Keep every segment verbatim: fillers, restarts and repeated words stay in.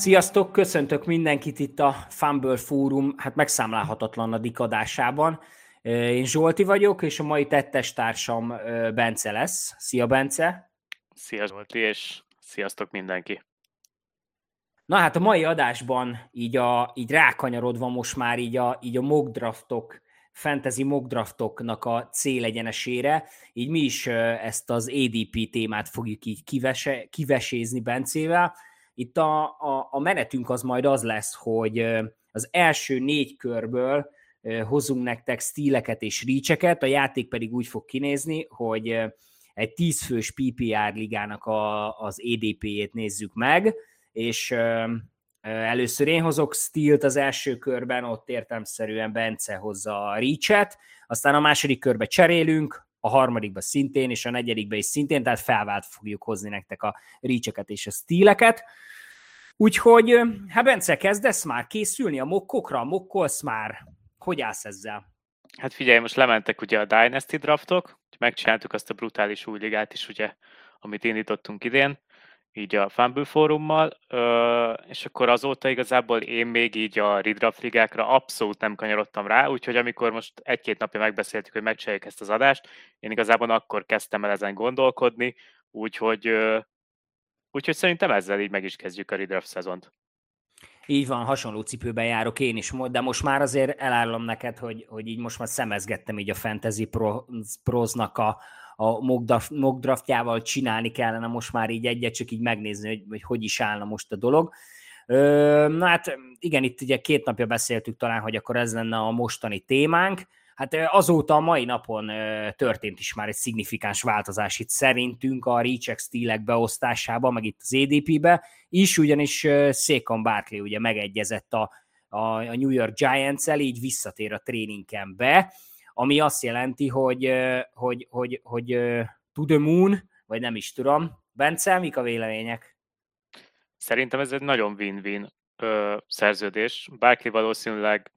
Sziasztok, köszöntök mindenkit itt a Fumble Fórum, hát megszámlálhatatlanadik adásában. Én Zsolti vagyok, és a mai tettestársam Bence lesz. Szia, Bence! Szia, Zsolti, és sziasztok mindenki! Na hát a mai adásban így, a, így rákanyarodva most már így a, így a mock draftok, fantasy mock draftoknak a célegyenesére, így mi is ezt az á dé pé témát fogjuk így kivese, kivesézni Bencével. Itt a, a, a menetünk az majd az lesz, hogy az első négy körből hozunk nektek stíleket és reacheket, a játék pedig úgy fog kinézni, hogy egy tízfős pé pé er ligának a, az á dé pé-jét nézzük meg, és először én hozok stílt az első körben, ott értelemszerűen Bence hozza a reachet, aztán a második körbe cserélünk, a harmadikba szintén, és a negyedikbe is szintén, tehát felvált fogjuk hozni nektek a reacheket és a stíleket. Úgyhogy, hát Bence, kezdesz már készülni a mokkokra, mokkolsz már? Hogy állsz ezzel? Hát figyelj, most lementek ugye a Dynasty draftok, megcsináltuk azt a brutális új ligát is, ugye, amit indítottunk idén, így a Fumble Fórummal, és akkor azóta igazából én még így a redraft ligákra abszolút nem kanyarodtam rá, úgyhogy amikor most egy-két napja megbeszéltük, hogy megcsináljuk ezt az adást, én igazából akkor kezdtem el ezen gondolkodni, úgyhogy, úgyhogy szerintem ezzel így meg is kezdjük a redraft szezont. Így van, hasonló cipőben járok én is, de most már azért elárulom neked, hogy, hogy így most már szemezgettem így a Fantasy Pro, Pros-nak a, a mock draftjával, csinálni kellene most már így egyet, csak így megnézni, hogy hogy, hogy is állna most a dolog. Ö, na hát igen, itt ugye két napja beszéltük talán, hogy akkor ez lenne a mostani témánk. Hát azóta a mai napon történt is már egy szignifikáns változás itt szerintünk a reach stílek beosztásában, meg itt az á dé pé-be is, ugyanis Saquon Barkley ugye megegyezett a, a, a New York Giants-el, így visszatér a training campbe, ami azt jelenti, hogy, hogy, hogy, hogy to the moon, vagy nem is tudom. Bence, mik a vélemények? Szerintem ez egy nagyon win-win ö, szerződés. Barkley valószínűleg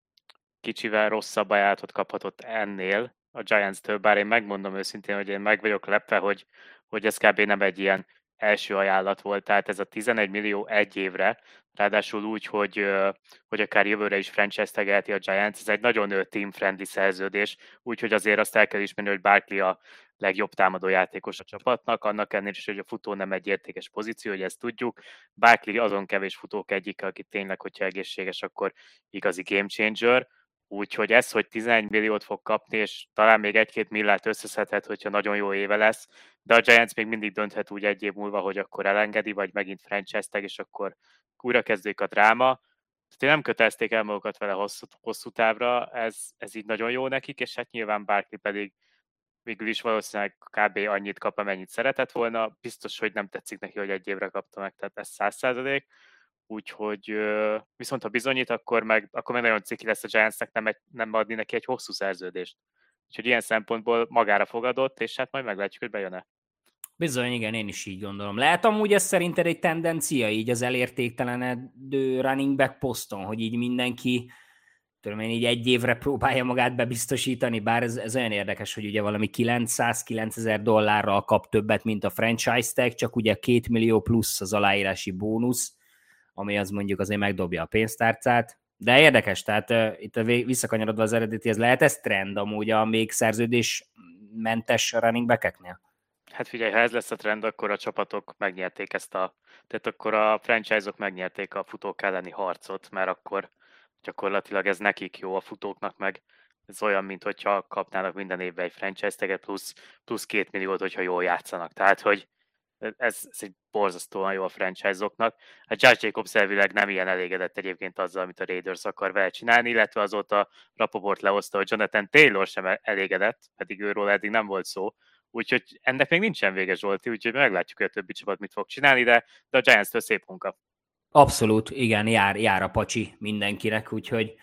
kicsivel rosszabb ajánlatot kaphatott ennél a Giants-től, bár én megmondom őszintén, hogy én meg vagyok lepve, hogy, hogy ez kb. Nem egy ilyen első ajánlat volt, tehát ez a tizenegy millió egy évre, ráadásul úgy, hogy, hogy akár jövőre is franchise-tegelheti a Giants, ez egy nagyon team-friendly szerződés, úgyhogy azért azt el kell ismerni, hogy Barkley a legjobb támadó játékos a csapatnak, annak ennél is, hogy a futó nem egy értékes pozíció, hogy ezt tudjuk. Barkley azon kevés futók egyik, aki tényleg, hogyha egészséges, akkor igazi game changer. Úgyhogy ez, hogy tizenegy milliót fog kapni, és talán még egy-két millát összeszedhet, hogyha nagyon jó éve lesz, de a Giants még mindig dönthet úgy egy év múlva, hogy akkor elengedi, vagy megint franchise-tag, és akkor újra kezdődik a dráma. Én nem kötelezték el magukat vele hosszú, hosszú távra, ez, ez így nagyon jó nekik, és hát nyilván Barkley pedig végül is valószínűleg kb. Annyit kap, amennyit szeretett volna. Biztos, hogy nem tetszik neki, hogy egy évre kapta meg, tehát ez száz százalék. Úgyhogy viszont ha bizonyít, akkor meg, akkor meg nagyon ciki lesz a Giantsnek nem, egy, nem adni neki egy hosszú szerződést. Úgyhogy ilyen szempontból magára fogadott, és hát majd meglátjuk, hogy bejön-e. Bizony, igen, én is így gondolom. Lehet amúgy ez szerinted egy tendencia így az elértéktelenedő running back poszton, hogy így mindenki tudom én, így egy évre próbálja magát bebiztosítani, bár ez, ez olyan érdekes, hogy ugye valami kilencszáz-kilencezer dollárral kap többet, mint a franchise tag, csak ugye két millió plusz az aláírási bónusz, ami az mondjuk azért megdobja a pénztárcát. De érdekes, tehát uh, itt a visszakanyarodva az eredeti, ez lehet ez trend amúgy a még szerződésmentes running back-eknél? Hát figyelj, ha ez lesz a trend, akkor a csapatok megnyerték ezt a... Tehát akkor a franchise-ok megnyerték a futók elleni harcot, mert akkor gyakorlatilag ez nekik jó, a futóknak meg ez olyan, mint hogyha kapnának minden évben egy franchise taget plusz, plusz két milliót, hogyha jól játszanak. Tehát, hogy ez, ez egy borzasztóan jó a franchise-oknak. A Josh Jacobs elvileg nem ilyen elégedett egyébként azzal, amit a Raiders akar vele csinálni, illetve azóta Rapoport lehozta, hogy Jonathan Taylor sem elégedett, pedig őről eddig nem volt szó. Úgyhogy ennek még nincsen vége, Zsolti, úgyhogy meglátjuk, hogy a többi csapat mit fog csinálni, de, de a Giants-től szép munka. Abszolút, igen, jár, jár a pacsi mindenkinek, úgyhogy,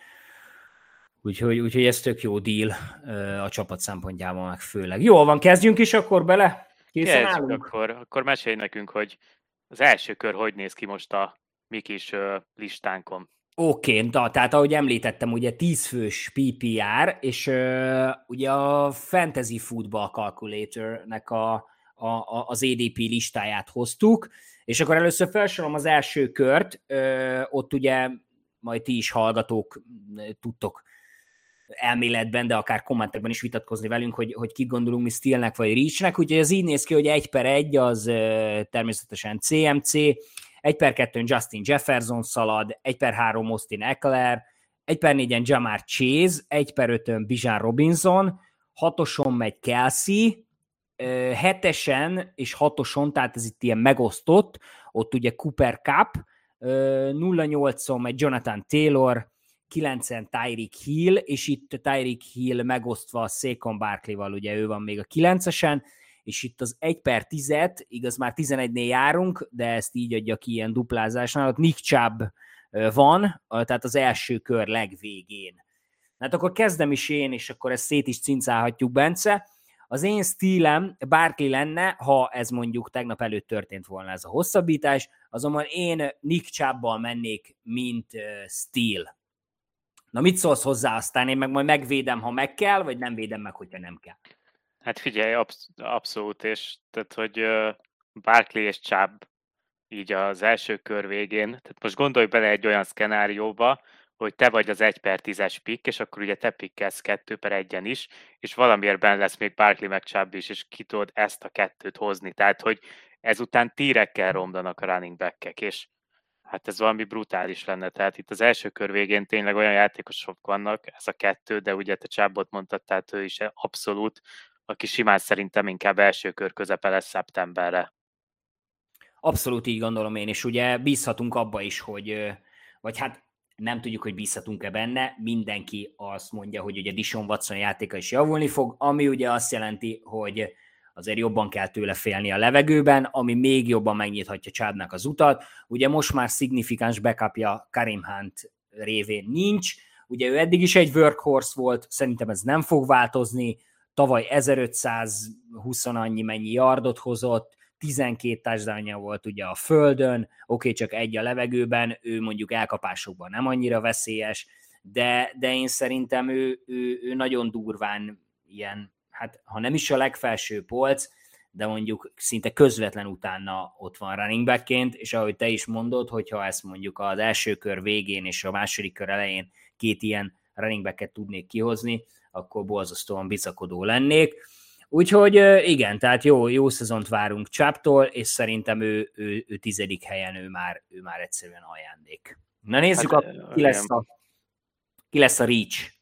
úgyhogy, úgyhogy ez tök jó deal a csapat szempontjából meg főleg. Jól van, kezdjünk is akkor bele? Készen Kezdjük, állunk? akkor, akkor mesélj nekünk, hogy az első kör hogy néz ki most a mi kis uh, listánkon. Oké, okay, tehát ahogy említettem, ugye tíz fős pé pé er, és uh, ugye a Fantasy Football Calculator-nek a, a, a, az á dé pé listáját hoztuk, és akkor először felsorolom az első kört, ö, ott ugye majd ti is hallgatók tudtok elméletben, de akár kommentekben is vitatkozni velünk, hogy, hogy kik gondolunk mi Steelnek vagy Reachnek, úgyhogy az így néz ki, hogy egy per egy az ö, természetesen cé em cé, egy per kettőn Justin Jefferson szalad, egy per három Austin Eckler, egy per négyen Jamar Chase, egy per ötön Bijan Robinson, hatoson megy Kelsey, hetesen és hatoson, tehát ez itt ilyen megosztott, ott ugye Cooper Kupp, nulla nyolcon megy Jonathan Taylor, kilencen Tyreek Hill, és itt Tyreek Hill megosztva a Saquon Barkley-val, ugye ő van még a kilencesen, és itt az egy per tízet, igaz már tizenegynél járunk, de ezt így adja ki ilyen duplázásnál, ott Nick Chubb van, tehát az első kör legvégén. Hát akkor kezdem is én, és akkor ezt szét is cincálhatjuk, Bence. Az én stílem Barkley lenne, ha ez mondjuk tegnap előtt történt volna ez a hosszabbítás, azonban én Nick Chubb-bal mennék, mint stíl. Na mit szólsz hozzá, aztán én meg majd megvédem, ha meg kell, vagy nem védem meg, hogyha nem kell. Hát figyelj, absz- abszolút, és tehát, hogy uh, Barkley és Chubb így az első kör végén, tehát most gondolj bele egy olyan szkenárióba, hogy te vagy az egy per tízes pick, és akkor ugye te pikkelsz kettő per egyen is, és valamiért benne lesz még Barkley meg Chubb is, és ki tudod ezt a kettőt hozni. Tehát, hogy ezután tírekkel romlanak a running back-ek, és hát ez valami brutális lenne. Tehát itt az első kör végén tényleg olyan játékosok vannak, ez a kettő, de ugye te Chubbot mondtad, tehát ő is abszolút, aki simán szerintem inkább első kör közepe lesz szeptemberre. Abszolút így gondolom én, és ugye bízhatunk abba is, hogy, vagy hát nem tudjuk, hogy bízhatunk-e benne, mindenki azt mondja, hogy ugye Deshaun Watson játéka is javulni fog, ami ugye azt jelenti, hogy azért jobban kell tőle félni a levegőben, ami még jobban megnyithatja Chubbnak az utat. Ugye most már szignifikáns backupja Kareem Hunt révén nincs, ugye ő eddig is egy workhorse volt, szerintem ez nem fog változni, tavaly ezerötszázhúsz annyi mennyi yardot hozott, tizenkét touchdownja volt ugye a földön, oké, okay, csak egy a levegőben, ő mondjuk elkapásokban nem annyira veszélyes, de, de én szerintem ő, ő, ő nagyon durván ilyen, hát ha nem is a legfelső polc, de mondjuk szinte közvetlen utána ott van running backként, és ahogy te is mondod, hogyha ezt mondjuk az első kör végén és a második kör elején két ilyen running backet tudnék kihozni, akkor borzasztóan bizakodó lennék. Úgyhogy igen, tehát jó, jó szezont várunk Chubbtól, és szerintem ő, ő, ő tizedik helyen, ő már, ő már egyszerűen ajándék. Na nézzük, hát, a, ki, lesz a, ki lesz a Reach.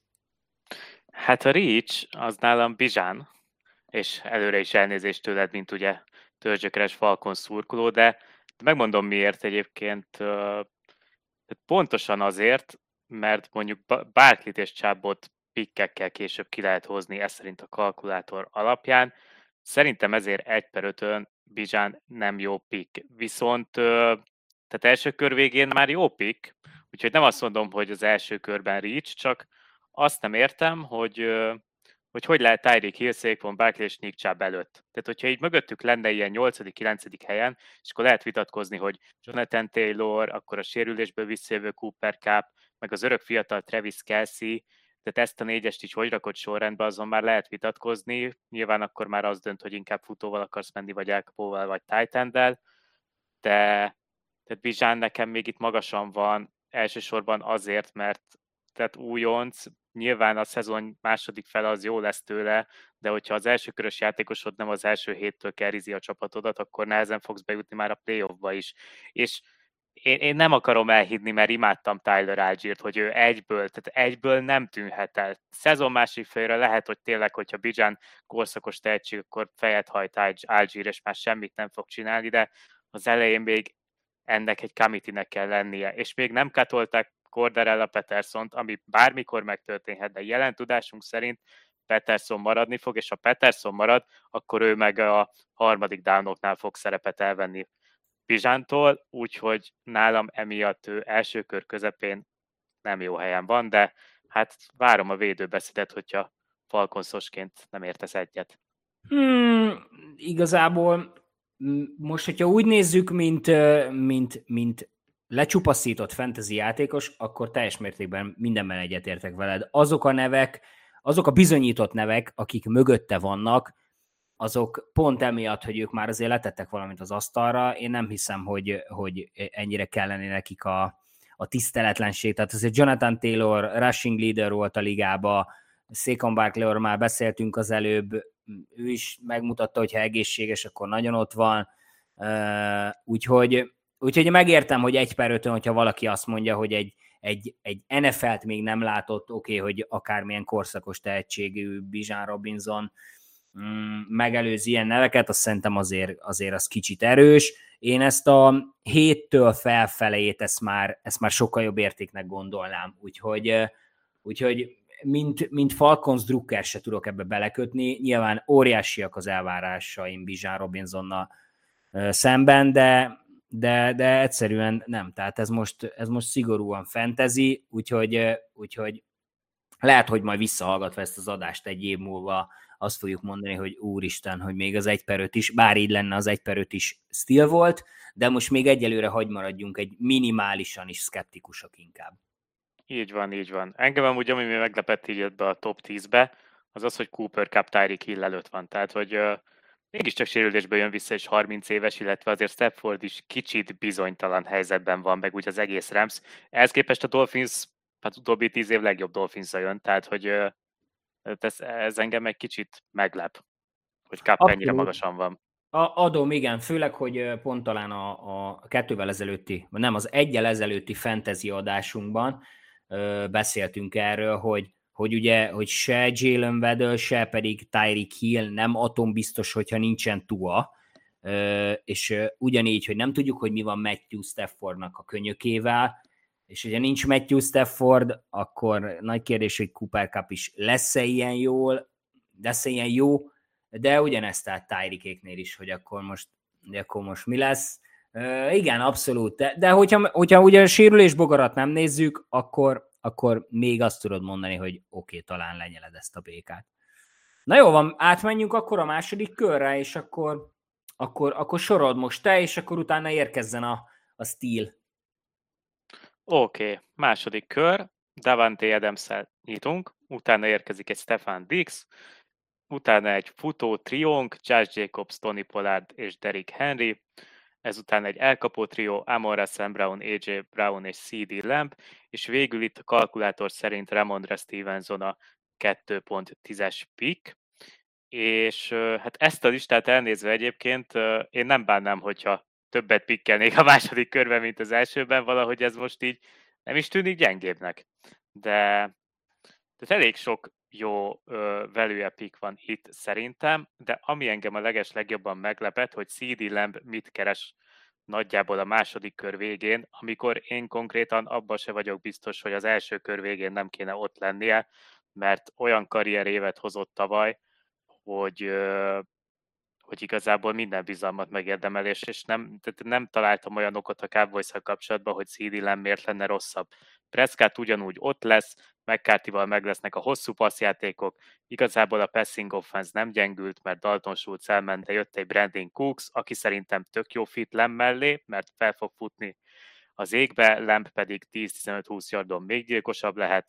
Hát a Reach az nálam Bijan, és előre is elnézést tőled, mint ugye törzsökeres Falcon szurkoló, de megmondom miért egyébként. Pontosan azért, mert mondjuk Barkleyt és Chubbot pikkekkel később ki lehet hozni, ez szerint a kalkulátor alapján. Szerintem ezért egy per ötön Bijan nem jó pick. Viszont tehát első kör végén már jó pick, úgyhogy nem azt mondom, hogy az első körben Reach, csak azt nem értem, hogy hogy hogy lehet Tyreek Hill, Saquon Barkley és Nick Chubb előtt. Tehát, hogyha így mögöttük lenne ilyen nyolcadik-kilencedik helyen, és akkor lehet vitatkozni, hogy Jonathan Taylor, akkor a sérülésből visszajövő Cooper Kupp, meg az örök fiatal Travis Kelsey, tehát ezt a négyest így hogy rakott sorrendbe, azon már lehet vitatkozni. Nyilván akkor már az dönt, hogy inkább futóval akarsz menni, vagy elkapóval, vagy tight enddel. De tehát Bijan nekem még itt magasan van, elsősorban azért, mert tehát újonc, nyilván a szezon második fele az jó lesz tőle, de hogyha az első körös játékosod nem az első héttől kerrizi a csapatodat, akkor nehezen fogsz bejutni már a playoffba is. És én, én nem akarom elhinni, mert imádtam Tyler Algiert, hogy ő egyből, tehát egyből nem tűnhet el. Szezon másik felére lehet, hogy tényleg, hogyha Bijan korszakos tehetség, akkor fejet hajt Algier, és már semmit nem fog csinálni, de az elején még ennek egy committee-nek kell lennie. És még nem katolták Cordarella Petersont, ami bármikor megtörténhet, de jelen tudásunk szerint Peterson maradni fog, és ha Peterson marad, akkor ő meg a harmadik downoknál fog szerepet elvenni Bijantól, úgyhogy nálam emiatt ő első kör közepén nem jó helyen van, de hát várom a védőbeszédet, hogyha Falconszosként nem értesz egyet. Hmm, igazából most, hogyha úgy nézzük, mint, mint, mint lecsupaszított fantasy játékos, akkor teljes mértékben mindenben egyetértek veled. Azok a nevek, azok a bizonyított nevek, akik mögötte vannak, azok pont emiatt, hogy ők már azért letettek valamit az asztalra, én nem hiszem, hogy, hogy ennyire kellene nekik a, a tiszteletlenség. Tehát azért Jonathan Taylor rushing leader volt a ligába, Saquon Barkleyról már beszéltünk az előbb, ő is megmutatta, hogy ha egészséges, akkor nagyon ott van. Úgyhogy, úgyhogy megértem, hogy egy per ötön, hogyha valaki azt mondja, hogy egy, egy, egy en ef el-t még nem látott, oké, okay, hogy akármilyen korszakos tehetségű Bijan Robinson mm, megelőzi ilyen neveket, azt szerintem azért, azért az kicsit erős. Én ezt a héttől felfelejét, ezt már, ezt már sokkal jobb értéknek gondolnám. Úgyhogy, úgyhogy mint, mint Falcons drukker se tudok ebbe belekötni. Nyilván óriásiak az elvárásaim Bijan Robinsonnal szemben, de, de, de egyszerűen nem. Tehát ez most, ez most szigorúan fantasy, úgyhogy, úgyhogy lehet, hogy majd visszahallgatva ezt az adást egy év múlva azt fogjuk mondani, hogy úristen, hogy még az egy per öt is, bár így lenne az egy per öt is still volt, de most még egyelőre hagy maradjunk egy minimálisan is szkeptikusak inkább. Így van, így van. Engem amúgy, ami meglepett így jött be a top tízbe, az az, hogy Cooper Kupp Tyreek Hill előtt van. Tehát, hogy uh, mégiscsak sérülésből jön vissza, és harminc éves, illetve azért Stafford is kicsit bizonytalan helyzetben van, meg úgy az egész Rams. Ehhez képest a Dolphins, hát utóbbi tíz év legjobb Dolphins-a jön, tehát, hogy uh, ez, ez engem egy kicsit meglep, hogy Kupp ennyire magasan van. A, adom, igen, főleg, hogy pont talán a, a kettővel ezelőtti, nem, az egyel ezelőtti fantasy adásunkban ö, beszéltünk erről, hogy, hogy ugye, hogy se Jalen Waddle, se pedig Tyreek Hill nem atombiztos, hogyha nincsen Tua, ö, és ö, ugyanígy, hogy nem tudjuk, hogy mi van Matthew Staffordnak a könyökével, és hogyha nincs Matthew Stafford, akkor nagy kérdés, hogy Cooper Kupp is lesz-e ilyen jól, lesz-e ilyen jó, de ugyanezt tehát Tyreekéknél is, hogy akkor most, de akkor most mi lesz. Uh, igen, abszolút, de, de hogyha, hogyha ugye a sérülés bogarat nem nézzük, akkor, akkor még azt tudod mondani, hogy oké, okay, talán lenyeled ezt a békát. Na jó van, átmenjünk akkor a második körre, és akkor, akkor, akkor sorold most te, és akkor utána érkezzen a, a stíl. Oké, okay. Második kör, Davante Adams-szel nyitunk, utána érkezik egy Stefan Diggs, utána egy futó triónk, Josh Jacobs, Tony Pollard és Derrick Henry, ezután egy elkapó trió, Amon-Ra Saint Brown, á jé Brown és cé dé Lamb, és végül itt a kalkulátor szerint Ramondre Stevenson a kettő pont tízes pick, és hát ezt a listát elnézve egyébként én nem bánnám, hogyha többet pikkelnék a második körben, mint az elsőben, valahogy ez most így nem is tűnik gyengébbnek. De, de elég sok jó value pick van itt szerintem, de ami engem a leges legjobban meglepett, hogy cé dé Lamb mit keres nagyjából a második kör végén, amikor én konkrétan abban se vagyok biztos, hogy az első kör végén nem kéne ott lennie, mert olyan karrierévet hozott tavaly, hogy, hogy igazából minden bizalmat megérdemel, és, és nem, nem találtam olyan okot a Cowboys-szal kapcsolatban, hogy cé dé Lamb miért lenne rosszabb. Prescott ugyanúgy ott lesz, McCarthy-val meg lesznek a hosszú passzjátékok, igazából a passing offense nem gyengült, mert Dalton Schultz elment, de jött egy Brandon Cooks, aki szerintem tök jó fit Lamb mellé, mert fel fog futni az égbe, Lamb pedig tíz-tizenöt-húsz yardon még gyilkosabb lehet.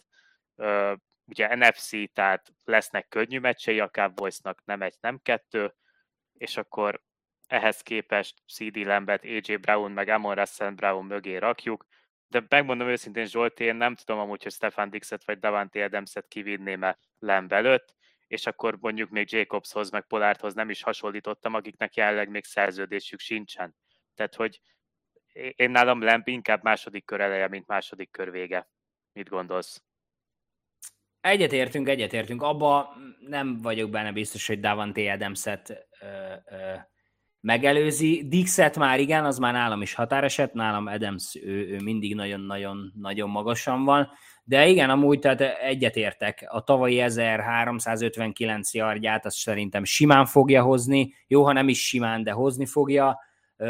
Ugye en ef cé, tehát lesznek könnyű meccsei a Cowboysnak, nem egy, nem kettő, és akkor ehhez képest cé dé Lambet, á jé Brown meg Amon-Ra Saint Brown mögé rakjuk, de megmondom őszintén, Zsolti, én nem tudom amúgy, hogy Stefan Diggs-et vagy Davante Adams-et kivinném-e Lamb előtt, és akkor mondjuk még Jacobshoz, meg Pollardhoz nem is hasonlítottam, akiknek jelenleg még szerződésük sincsen. Tehát, hogy én nálam Lamb inkább második kör eleje, mint második kör vége. Mit gondolsz? Egyetértünk, egyetértünk. Abba nem vagyok benne biztos, hogy Davante Adams-et ö, ö, megelőzi. Dixet már igen, az már nálam is határeset, nálam Adams ő, ő mindig nagyon-nagyon-nagyon magasan van, de igen, amúgy tehát egyetértek. A tavalyi ezerháromszázötvenkilenc yardját azt szerintem simán fogja hozni, jó, ha nem is simán, de hozni fogja.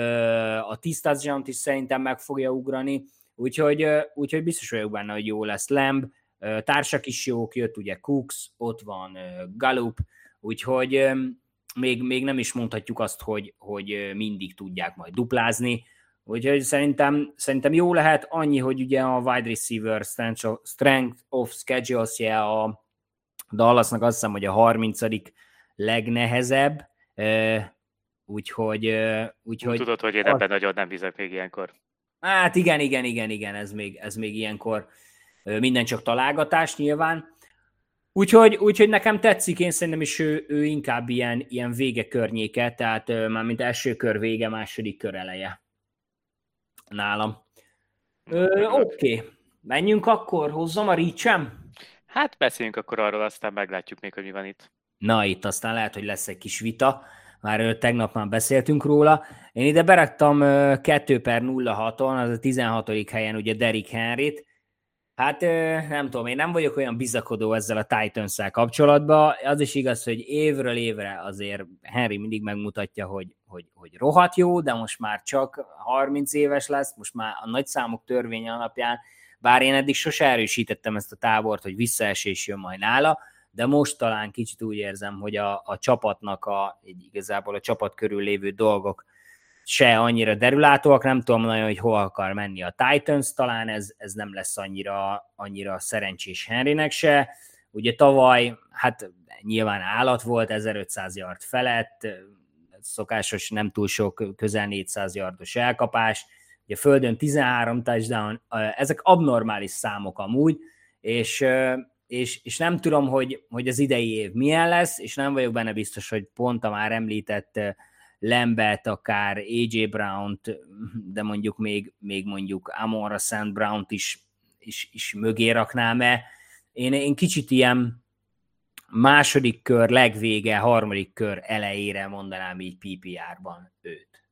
A tíz touchdown-t is szerintem meg fogja ugrani, úgyhogy, úgyhogy biztos vagyok benne, hogy jó lesz Lamb. Társak is jók, jött ugye Cooks, ott van Gallup, úgyhogy még, még nem is mondhatjuk azt, hogy, hogy mindig tudják majd duplázni, úgyhogy szerintem, szerintem jó lehet, annyi, hogy ugye a wide receiver strength of schedule-je a Dallasnak azt hiszem, hogy a harmincadik legnehezebb, Úgyhogy... úgyhogy Tudod, hogy én az... ebben nagyon nem hiszek még ilyenkor. Hát igen, igen, igen, igen, ez még, ez még ilyenkor minden csak találgatás nyilván. Úgyhogy, úgyhogy nekem tetszik, én szerintem is ő, ő inkább ilyen, ilyen vége környéke, tehát már mint első kör vége, második kör eleje nálam. Oké, okay. Menjünk akkor, hozzam a reach-em? Hát beszéljünk akkor arról, aztán meglátjuk még, hogy mi van itt. Na, itt aztán lehet, hogy lesz egy kis vita, már tegnap már beszéltünk róla. Én ide beraktam kettő per nulla haton, az a tizenhatodik helyen ugye Derrick Henryt. Hát nem tudom, én nem vagyok olyan bizakodó ezzel a Titans-szel kapcsolatban. Az is igaz, hogy évről évre azért Henry mindig megmutatja, hogy, hogy, hogy rohadt jó, de most már csak harminc éves lesz, most már a nagyszámok törvénye alapján, bár én eddig sose erősítettem ezt a tábort, hogy visszaesés jön majd nála, de most talán kicsit úgy érzem, hogy a, a csapatnak a, igazából a csapat körül lévő dolgok se annyira derülátóak, nem tudom nagyon, hogy hol akar menni a Titans, talán ez, ez nem lesz annyira, annyira szerencsés Henrynek se. Ugye tavaly, hát nyilván állat volt, ezerötszáz yard felett, szokásos nem túl sok, közel négyszáz yardos elkapás, ugye földön tizenhárom touchdown, ezek abnormális számok amúgy, és, és, és nem tudom, hogy, hogy az idei év milyen lesz, és nem vagyok benne biztos, hogy pont a már említett Lambert, akár á jé Brown-t, de mondjuk még, még mondjuk Amon-Ra Saint Brown-t is, is, is mögé raknám-e. Én, én kicsit ilyen második kör legvége, harmadik kör elejére mondanám így pé pé er-ban őt.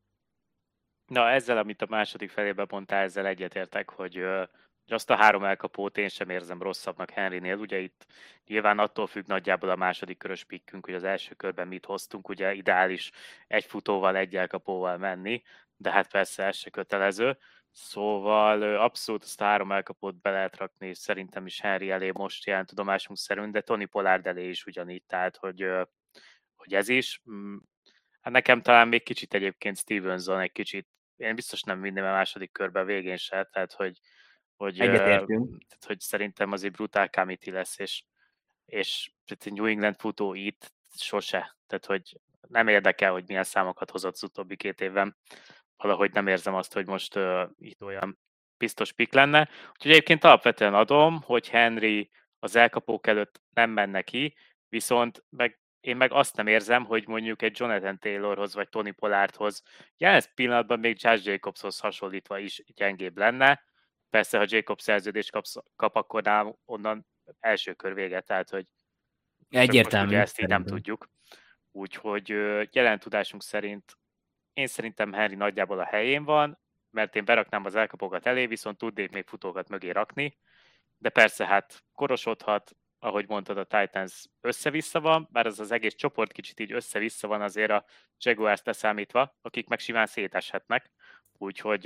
Na, ezzel, amit a második felében mondtál, ezzel egyetértek, hogy hogy azt a három elkapót én sem érzem rosszabbnak Henrynél. Ugye itt nyilván attól függ nagyjából a második körös pikkünk, hogy az első körben mit hoztunk, ugye ideális egy futóval, egy elkapóval menni, de hát persze ez se kötelező. Szóval abszolút azt a három elkapót be lehet rakni, és szerintem is Henry elé most jelen tudomásunk szerint, de Tony Pollard elé is ugyanígy, tehát hogy, hogy ez is. Hát nekem talán még kicsit egyébként Stevenson egy kicsit, én biztos nem vinném a második körben végén se, tehát hogy hogy, Egyetértünk. tehát, hogy szerintem azért brutál committee lesz, és, és New England futó itt sose. Tehát, hogy nem érdekel, hogy milyen számokat hozott az utóbbi két évben. Valahogy nem érzem azt, hogy most uh, itt olyan biztos pick lenne. Úgyhogy egyébként alapvetően adom, hogy Henry az elkapók előtt nem menne ki, viszont meg én meg azt nem érzem, hogy mondjuk egy Jonathan Taylorhoz vagy Tony Pollardhoz jelen pillanatban még Josh Jacobshoz hasonlítva is gyengébb lenne. Persze, ha Jacob szerződést kapsz, kap, akkor nem onnan első kör vége, tehát hogy egyértelmű. Most ugye ezt így nem tudjuk. Úgyhogy jelen tudásunk szerint én szerintem Henry nagyjából a helyén van, mert én beraknám az elkapókat elé, viszont tudnék még futókat mögé rakni, de persze hát korosodhat, ahogy mondtad, a Titans össze-vissza van, bár az az egész csoport kicsit így össze-vissza van azért a Jaguars leszámítva, akik meg simán széteshetnek, úgyhogy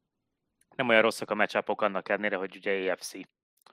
nem olyan rosszak a matchupok annak ellenére, hogy ugye á ef cé.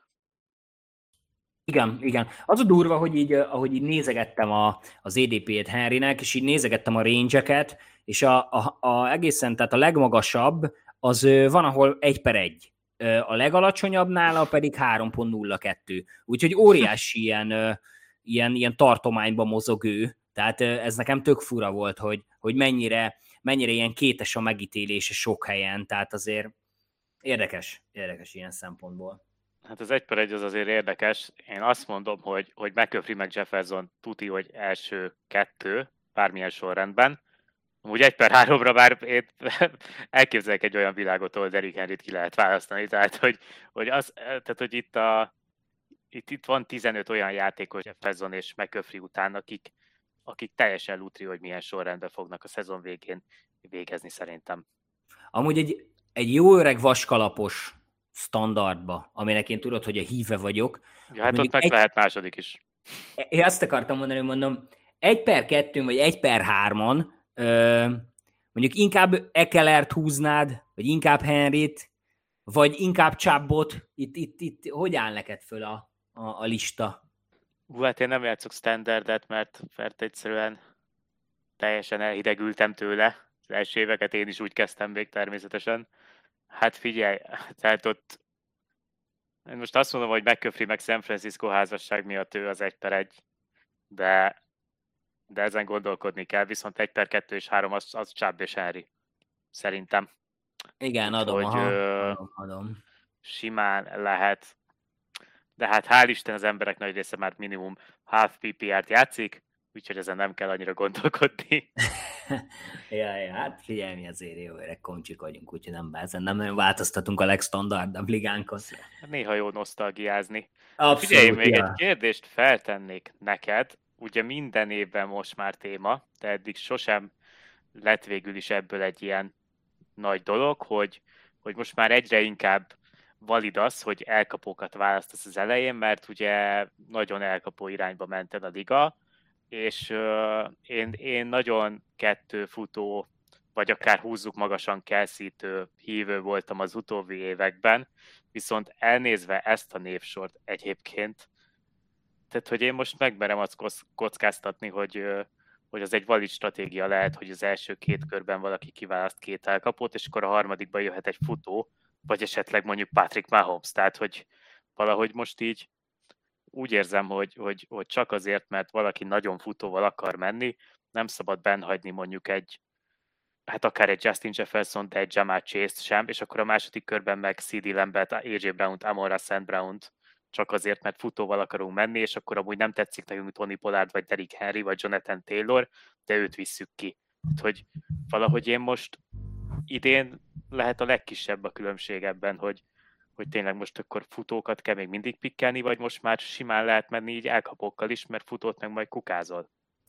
Igen, igen. Az a durva, hogy így, ahogy így nézegettem a, az é dé pé-t Henrynek, és így nézegettem a range-eket, és a, a, a egészen, tehát a legmagasabb, az van, ahol egy per egy. A legalacsonyabb nála pedig három pont nulla kettő. Úgyhogy óriási ilyen, ilyen, ilyen tartományban mozog ő. Tehát ez nekem tök fura volt, hogy, hogy mennyire, mennyire ilyen kétes a megítélése sok helyen. Tehát azért érdekes, érdekes ilyen szempontból. Hát az egy per egy az azért érdekes. Én azt mondom, hogy, hogy McCaffrey meg Jefferson tuti, hogy első kettő, bármilyen sorrendben. Amúgy egy per háromra már én elképzelek egy olyan világot, ahol Derrick Henryt ki lehet választani. Tehát, hogy, hogy, az, tehát, hogy itt, a, itt, itt van tizenöt olyan játékos Jefferson és McCaffrey után, akik, akik teljesen lutri, hogy milyen sorrendben fognak a szezon végén végezni szerintem. Amúgy egy, egy jó öreg vaskalapos standardba, aminek én tudod, hogy a híve vagyok. Ja, hát ott meg egy... lehet második is. Én azt akartam mondani, hogy mondom, egy per kettőn, vagy egy per hárman, ö, mondjuk inkább Ekelert húznád, vagy inkább Henryt, vagy inkább Chubbot, itt, itt, itt hogy áll neked föl a, a, a lista? Hú, hát én nem játszok standardet, mert, mert egyszerűen teljesen elhidegültem tőle. Az első éveket én is úgy kezdtem még természetesen. Hát figyelj, tehát ott én most azt mondom, hogy McCaffrey meg San Francisco házasság miatt ő az egy per egy, de de ezen gondolkodni kell, viszont egy per kettő és három az, az Chubb és Henry. Szerintem. Igen, adom, Úgyhogy aha, ö, adom, adom. simán lehet. De hát hál' Isten az emberek nagy része már minimum half pé pé er-t játszik, úgyhogy ezen nem kell annyira gondolkodni. ja, ja, hát figyelj, mi azért jó öreg koncsik vagyunk, úgyhogy nem, ezen nem nagyon változtatunk a legstandardabb ligánkon. Néha jó nosztalgiázni. Abszolút, Figyelj, még ja. egy kérdést feltennék neked. Ugye minden évben most már téma, de eddig sosem lett végül is ebből egy ilyen nagy dolog, hogy, hogy most már egyre inkább valid az, hogy elkapókat választasz az elején, mert ugye nagyon elkapó irányba ment el a liga, és uh, én, én nagyon kettő futó, vagy akár húzzuk magasan kelszítő hívő voltam az utóbbi években, viszont elnézve ezt a névsort egyébként, tehát hogy én most megmerem azt kockáztatni, hogy, hogy az egy valid stratégia lehet, hogy az első két körben valaki kiválaszt két elkapót, és akkor a harmadikban jöhet egy futó, vagy esetleg mondjuk Patrick Mahomes, tehát hogy valahogy most így úgy érzem, hogy, hogy, hogy csak azért, mert valaki nagyon futóval akar menni, nem szabad bennhagyni mondjuk egy, hát akár egy Justin Jefferson, de egy Ja'Marr Chase sem, és akkor a második körben meg cé dé Lambert, á jé Brown-t, Amon-Ra Saint Brown-t, csak azért, mert futóval akarunk menni, és akkor amúgy nem tetszik nekünk Tony Pollard, vagy Derrick Henry, vagy Jonathan Taylor, de őt visszük ki. Hogy valahogy én most idén lehet a legkisebb a különbség ebben, hogy, hogy tényleg most akkor futókat kell még mindig pikkelni, vagy most már simán lehet menni így elkapókkal is, mert futót meg majd kukázol.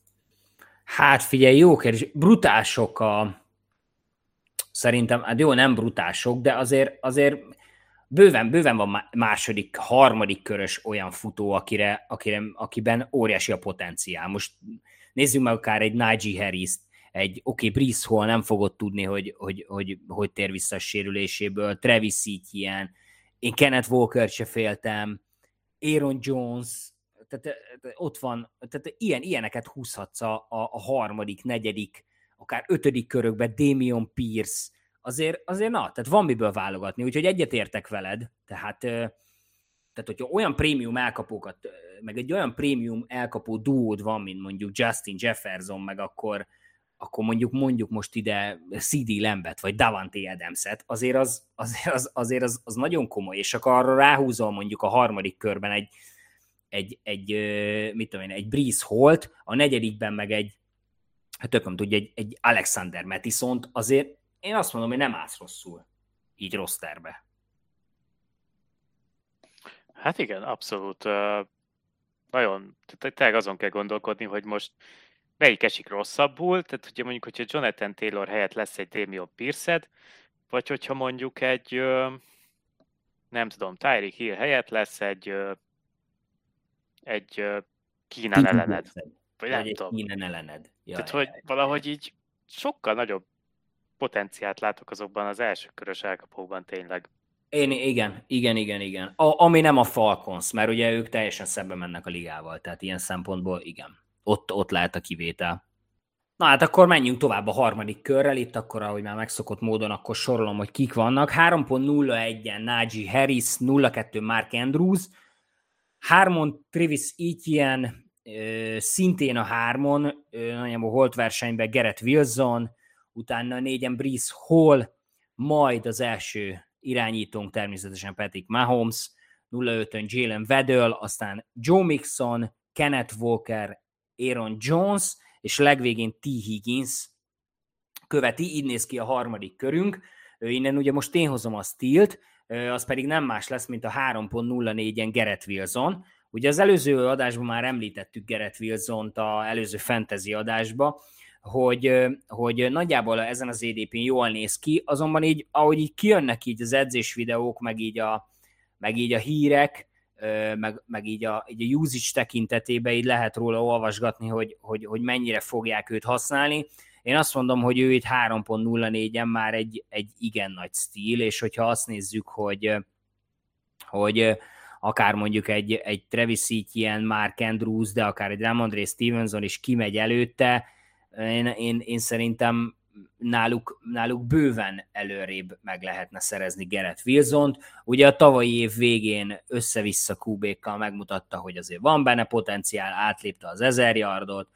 Hát figyelj, jó kérdés. Brutálsok a... Szerintem, hát jó, nem brutálsok, de azért, azért bőven, bőven van második, harmadik körös olyan futó, akire, akire, akiben óriási a potenciál. Most nézzük meg akár egy Najee Harris-t, egy oké, okay, Breece Hall nem fogod tudni, hogy hogy, hogy hogy tér vissza a sérüléséből, Travis Etienne, én Kenneth Walker se féltem, Aaron Jones, tehát ott van, tehát ilyen, ilyeneket húzhatsz a, a, a harmadik, negyedik, akár ötödik körökben, Damian Pierce, azért, azért na, tehát van miből válogatni, úgyhogy egyetértek veled, tehát, tehát hogyha olyan prémium elkapókat, meg egy olyan prémium elkapó duód van, mint mondjuk Justin Jefferson, meg akkor, akkor mondjuk mondjuk most ide cé dé Lambert, vagy Davante Adams-et, azért az, azért, az, azért az, az nagyon komoly, és akkor arra ráhúzol mondjuk a harmadik körben egy, egy, egy mit tudom én, egy Breece Hallt, a negyedikben meg egy, hát tököm tudja, egy, egy Alexander Mattison-t, azért én azt mondom, hogy nem állsz rosszul így rosterbe. Hát igen, abszolút. Uh, nagyon, tehát tényleg azon kell gondolkodni, hogy most melyik esik rosszabbul, tehát ugye mondjuk, hogyha Jonathan Taylor helyett lesz egy Damian Pierce-ed, vagy hogyha mondjuk egy, uh, nem tudom, Tyreek Hill helyett lesz egy uh, egy uh, Keenan ellened. Vagy nem egy tudom. Keenan ellened. Ja, Tehát, hogy valahogy így sokkal nagyobb potenciált látok azokban az első körös elkapókban tényleg. Én igen, igen, igen, igen. A, ami nem a Falcons, mert ugye ők teljesen szembe mennek a ligával, tehát ilyen szempontból igen. Ott, ott lehet a kivétel. Na hát akkor menjünk tovább a harmadik körrel, itt akkor, ahogy már megszokott módon, akkor sorolom, hogy kik vannak. három pont nulla egyen Najee Harris, nulla kettő Mark Andrews, hármon Travis Etienne, szintén a hármon, nagyjából holt versenyben Garrett Wilson, utána négyen Breece Hall, majd az első irányítónk természetesen Patrick Mahomes, nulla ötön Jalen Waddell, aztán Joe Mixon, Kenneth Walker, Aaron Jones, és legvégén T. Higgins követi, így néz ki a harmadik körünk. Innen ugye most én hozom a Steelt, az pedig nem más lesz, mint a három pont nulla négyen Garrett Wilson. Ugye az előző adásban már említettük Garrett Wilsont az előző fantasy adásban, hogy, hogy nagyjából ezen az é dé pén jól néz ki, azonban így, ahogy így kijönnek így az edzés videók, meg így a, meg így a hírek, meg, meg így, a, így a usage tekintetében így lehet róla olvasgatni, hogy, hogy, hogy mennyire fogják őt használni. Én azt mondom, hogy ő itt három pont nulla négyen már egy, egy igen nagy stíl, és hogyha azt nézzük, hogy, hogy akár mondjuk egy, egy Travis Etienne, Mark Andrews, de akár egy Ramondre Stevenson is kimegy előtte, én, én, én szerintem náluk, náluk bőven előrébb meg lehetne szerezni Garrett Wilsont. Ugye a tavalyi év végén össze-vissza kú békkal megmutatta, hogy azért van benne potenciál, átlépte az ezer yardot,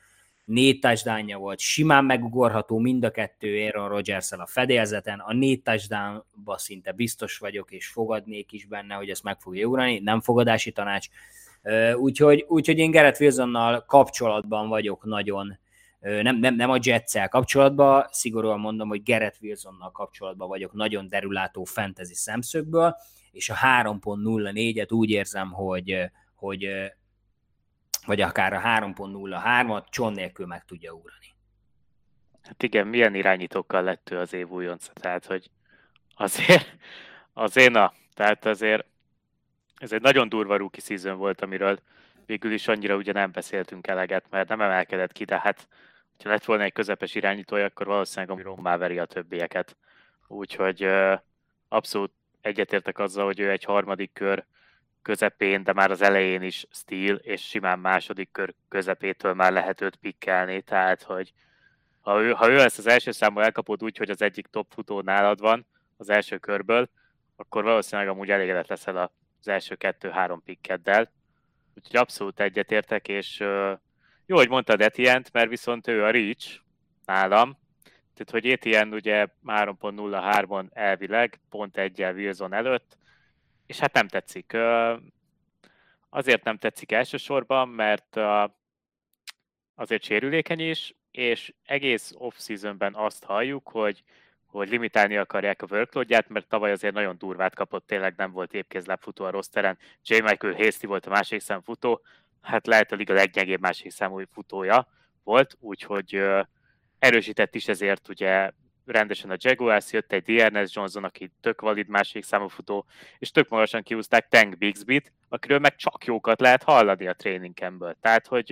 négy touchdownja volt, simán megugorható mind a kettő Aaron Rodgers-el a fedélzeten, a négy touchdownba szinte biztos vagyok, és fogadnék is benne, hogy ezt meg fogja ugrani, nem fogadási tanács. Úgyhogy, úgyhogy én Garrett Wilsonnal kapcsolatban vagyok nagyon, nem, nem, nem a Jetszel kapcsolatban, szigorúan mondom, hogy Garrett Wilsonnal kapcsolatban vagyok nagyon derülátó fantasy szemszögből, és a három pont nulla négyet úgy érzem, hogy, hogy vagy akár a három pont nulla hármat John nélkül meg tudja ugrani. Hát igen, milyen irányítókkal lett ő az év újonca, tehát hogy azért, azért na, tehát azért ez egy nagyon durva rookie season volt, amiről végül is annyira ugye nem beszéltünk eleget, mert nem emelkedett ki, de hát ha lett volna egy közepes irányítója, akkor valószínűleg rommá veri a többieket. Úgyhogy abszolút egyetértek azzal, hogy ő egy harmadik kör közepén, de már az elején is steal, és simán második kör közepétől már lehet őt pikkelni, tehát hogy ha ő, ha ő ezt az első számú elkapod úgy, hogy az egyik top futó nálad van az első körből, akkor valószínűleg amúgy elégedett leszel az első kettő-három pikkeddel. Úgyhogy abszolút egyetértek, és jó, hogy mondtad Etienne-t, mert viszont ő a reach nálam, tehát hogy Etienne ugye három pont nulla hármon elvileg, pont egyel Wilson előtt, és hát nem tetszik. Azért nem tetszik elsősorban, mert azért sérülékeny is, és egész off-seasonben azt halljuk, hogy, hogy limitálni akarják a workloadját, mert tavaly azért nagyon durvát kapott, tényleg nem volt épkézláb futó a rosteren. J. Michael Hasty volt a másik szám futó, hát lehet a liga leggyengébb másik számú futója volt, úgyhogy erősített is ezért ugye rendesen a Jaguars, jött egy Dearness Johnson, aki tök valid második számú futó, és tök magasan kiúzták Tank Bigsby-t, akiről meg csak jókat lehet hallani a training campből. Tehát, hogy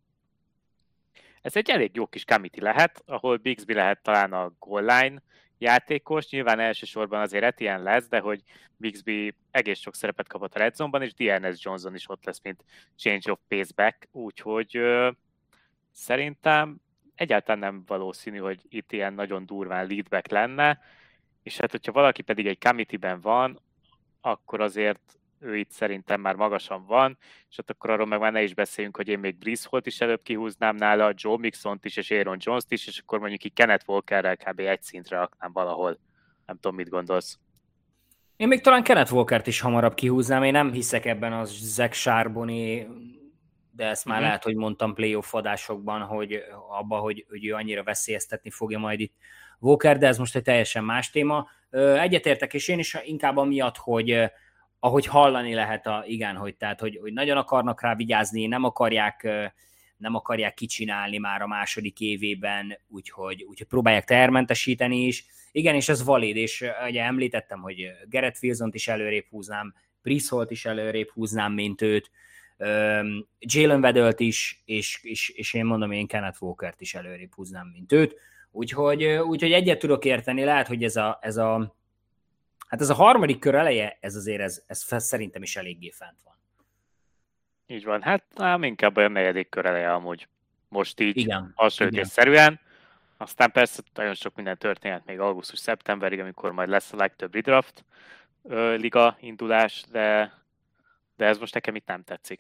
ez egy elég jó kis committee lehet, ahol Bigsby lehet talán a goal line játékos, nyilván elsősorban azért Etienne lesz, de hogy Bigsby egész sok szerepet kapott a Red Zone-ban, és Dearness Johnson is ott lesz, mint change of pace back, úgyhogy ö, szerintem egyáltalán nem valószínű, hogy itt ilyen nagyon durván leadback lenne, és hát hogyha valaki pedig egy committee-ben van, akkor azért ő itt szerintem már magasan van, és ott akkor arról meg már ne is beszéljünk, hogy én még Breece Hallt is előbb kihúznám nála, Joe Mixont is, és Aaron Jones-t is, és akkor mondjuk így Kenneth Walkerrel kb. Egy szintre raknám valahol. Nem tudom, mit gondolsz. Én még talán Kenneth Walkert is hamarabb kihúznám, én nem hiszek ebben az Zach Charbonnet, de ezt már mm-hmm. lehet, hogy mondtam playoff adásokban, hogy abba, hogy, hogy ő annyira veszélyeztetni fogja majd itt Walker, de ez most egy teljesen más téma. Egyetértek, és én is inkább amiatt, hogy ahogy hallani lehet, a, igen, hogy, tehát, hogy, hogy nagyon akarnak rá vigyázni, nem akarják, nem akarják kicsinálni már a második évében, úgyhogy, úgyhogy próbálják termentesíteni is. Igen, és ez valid, és ugye említettem, hogy Garrett Wilsont is előrébb húznám, Breece Hallt is előrébb húznám, mint őt, um, Jalen Waddle-t is, és, és, és én mondom, én Kenneth Walkert is előrébb húznám, mint őt. Úgyhogy, úgyhogy egyet tudok érteni, lehet, hogy ez a, ez a hát ez a harmadik kör eleje, ez azért ez, ez szerintem is eléggé fent van. Így van, hát ám inkább olyan negyedik kör eleje amúgy. Most így hasonlítésszerűen. Aztán persze nagyon sok minden történhet még augusztus-szeptemberig, amikor majd lesz a legtöbb redraft ö, liga indulás, de, de ez most nekem itt nem tetszik.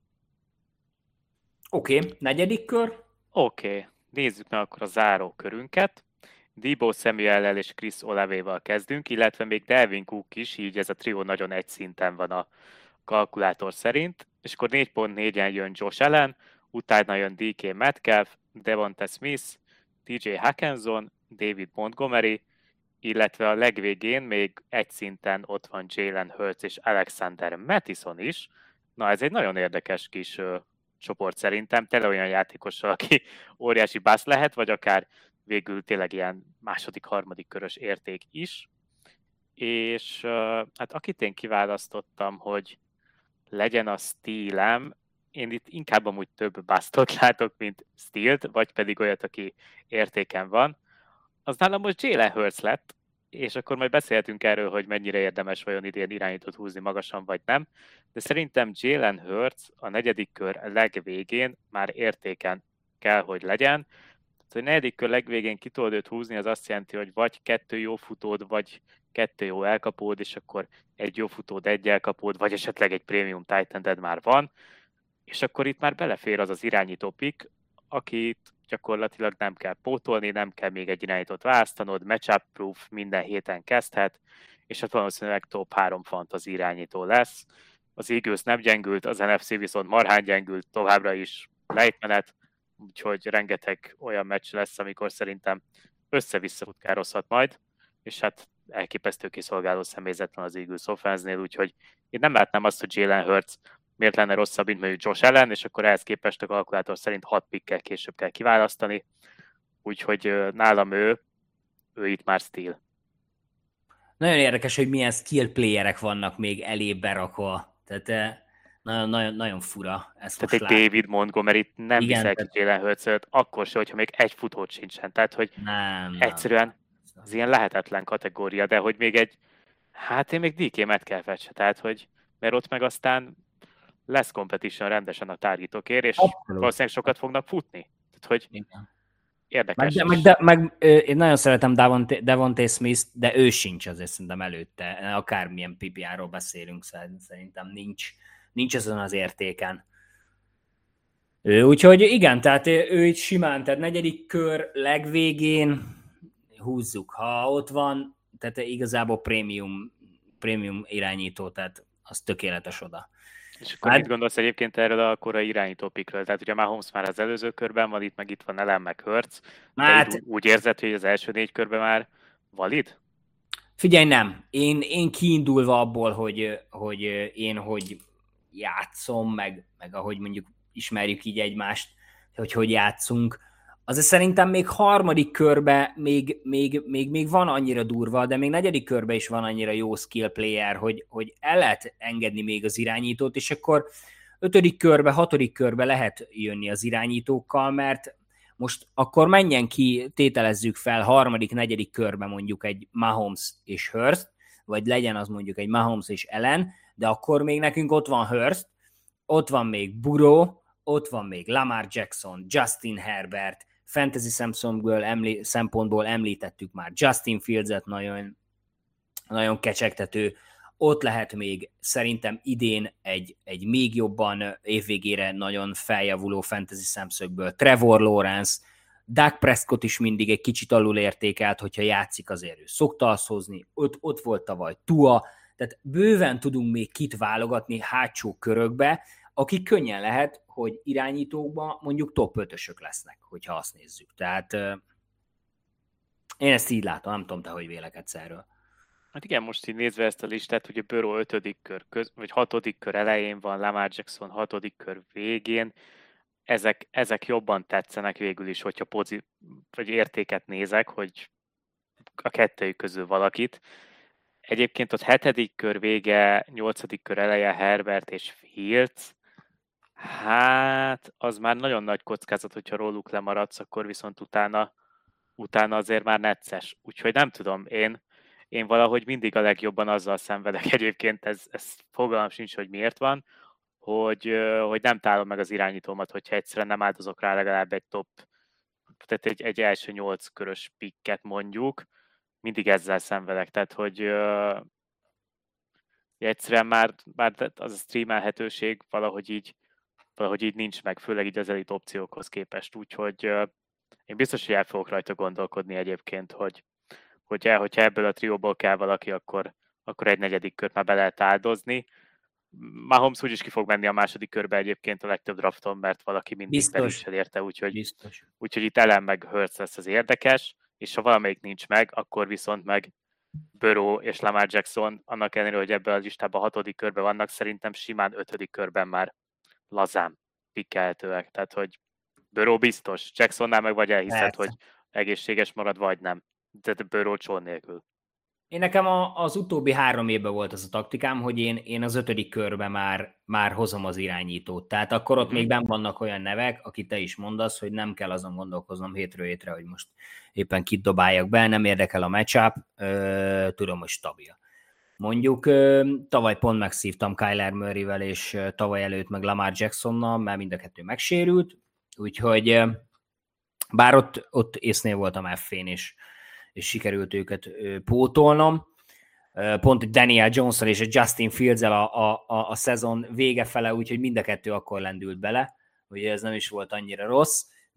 Oké, okay, negyedik kör. Oké, okay. Nézzük meg akkor a záró körünket. Deebo Samuel-el és Chris Olavéval kezdünk, illetve még Dalvin Cook is, így ez a trió nagyon egy szinten van a kalkulátor szerint, és akkor négy pont négyen jön Josh Allen, utána jön dé ká Metcalf, Devonta Smith, té jé Hawkinson, David Montgomery, illetve a legvégén még egy szinten ott van Jalen Hurts és Alexander Mattison is. Na, ez egy nagyon érdekes kis ö, csoport szerintem, tele olyan játékossal, aki óriási bász lehet, vagy akár végül tényleg ilyen második, harmadik körös érték is. És ö, hát akit én kiválasztottam, hogy legyen a stealem, én itt inkább amúgy több basztot látok, mint stealt, vagy pedig olyat, aki értéken van. Az nálam most Jalen Hurts lett, és akkor majd beszélhetünk erről, hogy mennyire érdemes vajon idén irányítót húzni magasan, vagy nem. De szerintem Jalen Hurts a negyedik kör legvégén már értéken kell, hogy legyen. Tehát, hogy negyedik kör legvégén ki tudod őt húzni, az azt jelenti, hogy vagy kettő jó futód, vagy kettő jó elkapód, és akkor egy jó futód, egy elkapód, vagy esetleg egy prémium tight ended már van, és akkor itt már belefér az az irányító pick, akit gyakorlatilag nem kell pótolni, nem kell még egy irányítót választanod, matchup proof, minden héten kezdhet, és hát valószínűleg top három fantasy irányító lesz. Az Eagles nem gyengült, az en ef cé viszont marhán gyengült, továbbra is lejtmenet, úgyhogy rengeteg olyan meccs lesz, amikor szerintem össze-vissza futkározhat majd, és hát elképesztő kiszolgáló személyzet van az Eagles offense-nél, úgyhogy én nem látnám azt, hogy Jalen Hurts miért lenne rosszabb, mint mondjuk Josh Allen, és akkor ehhez képest a kalkulátor szerint hat pickkel később kell kiválasztani, úgyhogy nálam ő, ő itt már steal. Nagyon érdekes, hogy milyen skill playerek vannak még elébe rakva, tehát nagyon, nagyon, nagyon fura ezt tehát most egy lát. David Montgomery nem viszel ki Jalen Hurts-öt, akkor se, hogyha még egy futót sincsen. Tehát, hogy nem, egyszerűen nem. ez ilyen lehetetlen kategória, de hogy még egy, hát én még dé ká Metcalfet se, tehát, hogy mert ott meg aztán lesz competition rendesen a targetokért, és Abszolút. valószínűleg sokat fognak futni. Tehát, hogy Igen. érdekes. Meg, meg, de, meg ö, én nagyon szeretem Devontae, Devontae Smith, de ő sincs azért szerintem előtte. Akármilyen pé pé er-ról beszélünk, szerintem nincs, nincs ezen az értéken. Ő, úgyhogy igen, tehát ő itt simán, tehát negyedik kör legvégén húzzuk. Ha ott van, tehát igazából prémium, prémium irányító, tehát az tökéletes oda. És akkor hát, mit gondolsz egyébként erről a korai irányító pikről? Tehát ugye már Mahomes már az előző körben van, itt meg itt van Allen meg Hurts. Hát, úgy, úgy érzed, hogy az első négy körben már valid? Figyelj, nem. Én, én kiindulva abból, hogy, hogy én hogy játszom, meg, meg ahogy mondjuk ismerjük így egymást, hogy hogy játszunk, azért szerintem még harmadik körbe még, még, még, még van annyira durva, de még negyedik körbe is van annyira jó skill player, hogy, hogy el lehet engedni még az irányítót, és akkor ötödik körbe, hatodik körbe lehet jönni az irányítókkal, mert most akkor menjen ki, tételezzük fel harmadik, negyedik körbe mondjuk egy Mahomes és Hurst, vagy legyen az mondjuk egy Mahomes és Allen, de akkor még nekünk ott van Hurst, ott van még Burrow, ott van még Lamar Jackson, Justin Herbert, fantasy szempontból, emlé- szempontból említettük már Justin Fields-et, nagyon, nagyon kecsegtető, ott lehet még szerintem idén egy, egy még jobban évvégére nagyon feljavuló fantasy szemszögből Trevor Lawrence, Dak Prescott is mindig egy kicsit alul értékelt, hogyha játszik, azért ő szokta azt hozni, ott, ott volt tavaly Tua, tehát bőven tudunk még kit válogatni hátsó körökbe, akik könnyen lehet, hogy irányítókban mondjuk top ötösök lesznek, hogyha azt nézzük. Tehát én ezt így látom, nem tudom te, hogy vélekedsz erről. Hát igen, most így nézve ezt a listát, hogy a Burrow ötödik kör, köz, vagy hatodik kör elején van, Lamar Jackson hatodik kör végén, ezek, ezek jobban tetszenek végül is, hogyha pozit, vagy értéket nézek, hogy a kettőjük közül valakit. Egyébként ott hetedik kör vége, nyolcadik kör eleje Herbert és Fields, hát az már nagyon nagy kockázat, hogyha róluk lemaradsz, akkor viszont utána, utána azért már necces. Úgyhogy nem tudom, én Én valahogy mindig a legjobban azzal szenvedek egyébként, ez, ez fogalmam sincs, hogy miért van, hogy, hogy nem tálom meg az irányítómat, hogyha egyszerűen nem áldozok rá legalább egy top, tehát egy, egy első nyolc körös pikket mondjuk, mindig ezzel szenvedek, tehát hogy uh, egyszerűen már, már az a streamelhetőség valahogy így, valahogy így nincs meg, főleg így az elit opciókhoz képest, úgyhogy uh, én biztos, hogy el fogok rajta gondolkodni egyébként, hogy hogy el, hogyha ebből a trióból kell valaki, akkor, akkor egy negyedik kört már be lehet áldozni. Mahomes úgyis ki fog menni a második körbe egyébként a legtöbb drafton, mert valaki mindig belincsel érte, úgyhogy, úgyhogy itt Allen meg Hurts lesz az érdekes, és ha valamelyik nincs meg, akkor viszont meg Burrow és Lamar Jackson, annak ellenére, hogy ebben a listában a hatodik körben vannak, szerintem simán ötödik körben már lazán pikkelhetőek. Tehát, hogy Burrow biztos, Jacksonnál meg vagy elhiszed, hogy egészséges marad, vagy nem. De Burrow csón nélkül. Én nekem a, az utóbbi három évben volt az a taktikám, hogy én, én az ötödik körbe már, már hozom az irányítót. Tehát akkor ott mm-hmm. még benn vannak olyan nevek, akit te is mondasz, hogy nem kell azon gondolkoznom hétről hétre, hogy most éppen kit dobáljak be, nem érdekel a matchup, ö, tudom, hogy stabil. Mondjuk ö, tavaly pont megszívtam Kyler Murrayvel, és ö, tavaly előtt meg Lamar Jacksonnal, mert mind a kettő megsérült, úgyhogy ö, bár ott, ott észnél voltam F-én, és és sikerült őket ö, pótolnom. Pont Daniel Jones-szal és a Justin Fields-el a, a, a, a szezon vége fele, úgyhogy mind a kettő akkor lendült bele, ugye ez nem is volt annyira rossz,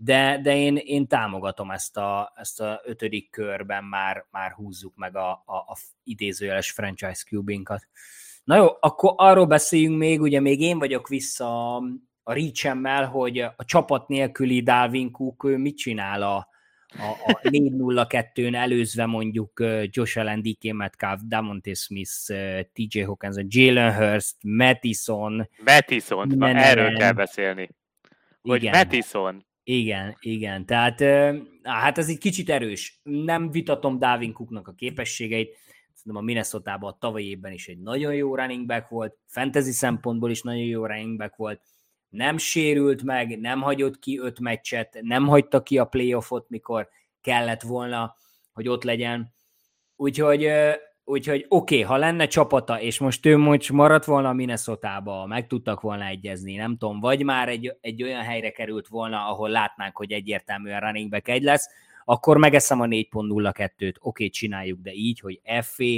de, de én, én támogatom ezt a, ezt a ötödik körben már, már húzzuk meg a, a, a idézőjeles franchise cubinkat. Na jó, akkor arról beszéljünk még, ugye még én vagyok vissza a, a reach-emmel, hogy a csapat nélküli Dalvin Cook mit csinál a, a, a négy nulla kettőn előzve mondjuk Josh Allen, dé ká Metcalf, Davante Smith, té jé Hawkins, Jalen Hurst, Mattison. Mattison, na erről kell beszélni. Hogy igen. Mattison. Igen, igen. Tehát hát ez egy kicsit erős. Nem vitatom Dalvin Cooknak a képességeit. Szerintem a Minnesotában a tavalyi évben is egy nagyon jó running back volt, fantasy szempontból is nagyon jó running back volt. Nem sérült meg, nem hagyott ki öt meccset, nem hagyta ki a playoffot, mikor kellett volna, hogy ott legyen. Úgyhogy, úgyhogy oké, okay, ha lenne csapata, és most ő most maradt volna a Minnesotába, meg tudtak volna egyezni, nem tudom, vagy már egy, egy olyan helyre került volna, ahol látnánk, hogy egyértelműen running back egy lesz, akkor megeszem a négy pont nulla kettőt, oké, okay, csináljuk, de így, hogy ef á,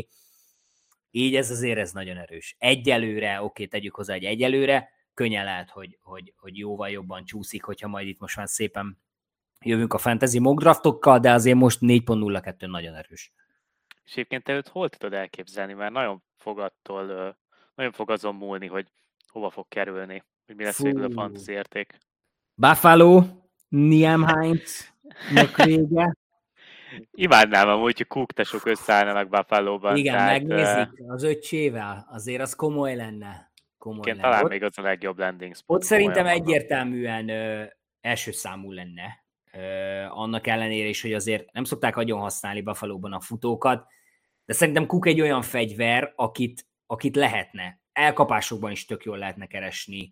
így ez azért ez nagyon erős. Egyelőre, oké, okay, tegyük hozzá, hogy egyelőre, könnyen lehet, hogy, hogy, hogy jóval jobban csúszik, hogyha majd itt most már szépen jövünk a fantasy mock draftokkal, de azért most négy pont nulla kettő nagyon erős. És egyébként te őt hol tudod elképzelni, mert nagyon fog attól, nagyon fog azon múlni, hogy hova fog kerülni, hogy mi lesz Fú. végül a fantasy érték. Buffalo, Nyheim Hines, megvége. Imádnám amúgy, hogy Cook tesók összeállnának Buffalo-ban. Igen, tehát, megnézik uh, az öccsével, azért az komoly lenne. Komoly igen, lenne. talán ott, még az a legjobb landing spot. Ott szerintem egyértelműen ö, első számú lenne. Ö, annak ellenére is, hogy azért nem szokták nagyon használni Buffalo-ban a futókat, de szerintem Cook egy olyan fegyver, akit, akit lehetne. Elkapásokban is tök jól lehetne keresni.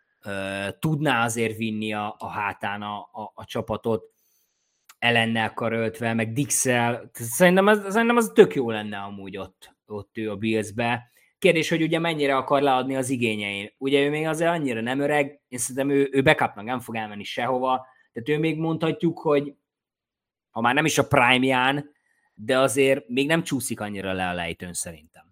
Ö, tudná azért vinni a, a hátán a, a, a csapatot. Ellennel karöltve, meg Dixel. Szerintem az, szerintem az tök jó lenne amúgy ott, ott ő a Billsbe. Kérdés, hogy ugye mennyire akar leadni az igényein. Ugye ő még azért annyira nem öreg, én szerintem ő, ő backupnak nem fog elmenni sehova, tehát ő még mondhatjuk, hogy ha már nem is a prime-ján, de azért még nem csúszik annyira le a lejtőn szerintem.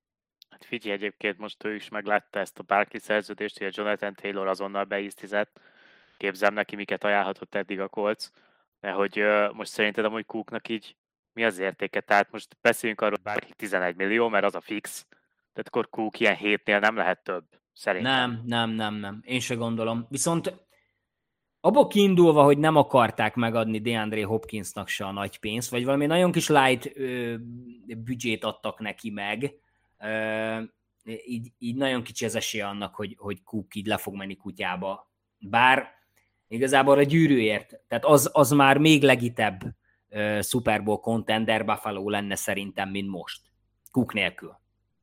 Hát figyelj, egyébként most ő is meglátta ezt a Barkley szerződést, hogy a Jonathan Taylor azonnal beíztizett. Képzelem neki, miket ajánlhatott eddig a Colts. De hogy uh, most szerinted amúgy Cooknak így mi az értéke? Tehát most beszéljünk arról, hogy Barkley tizenegy millió, mert az a fix. Tehát akkor Cook ilyen hétnél nem lehet több, szerintem. Nem, nem, nem, nem. Én se gondolom. Viszont abból kiindulva, hogy nem akarták megadni DeAndre Hopkinsnak se a nagy pénzt, vagy valami nagyon kis light ö, büdzsét adtak neki meg, ö, így, így nagyon kicsi az esélye annak, hogy, hogy Cook így le fog menni kutyába. Bár igazából a gyűrűért, tehát az, az már még legitebb ö, Super Bowl contender Buffalo lenne szerintem, mint most. Cook nélkül.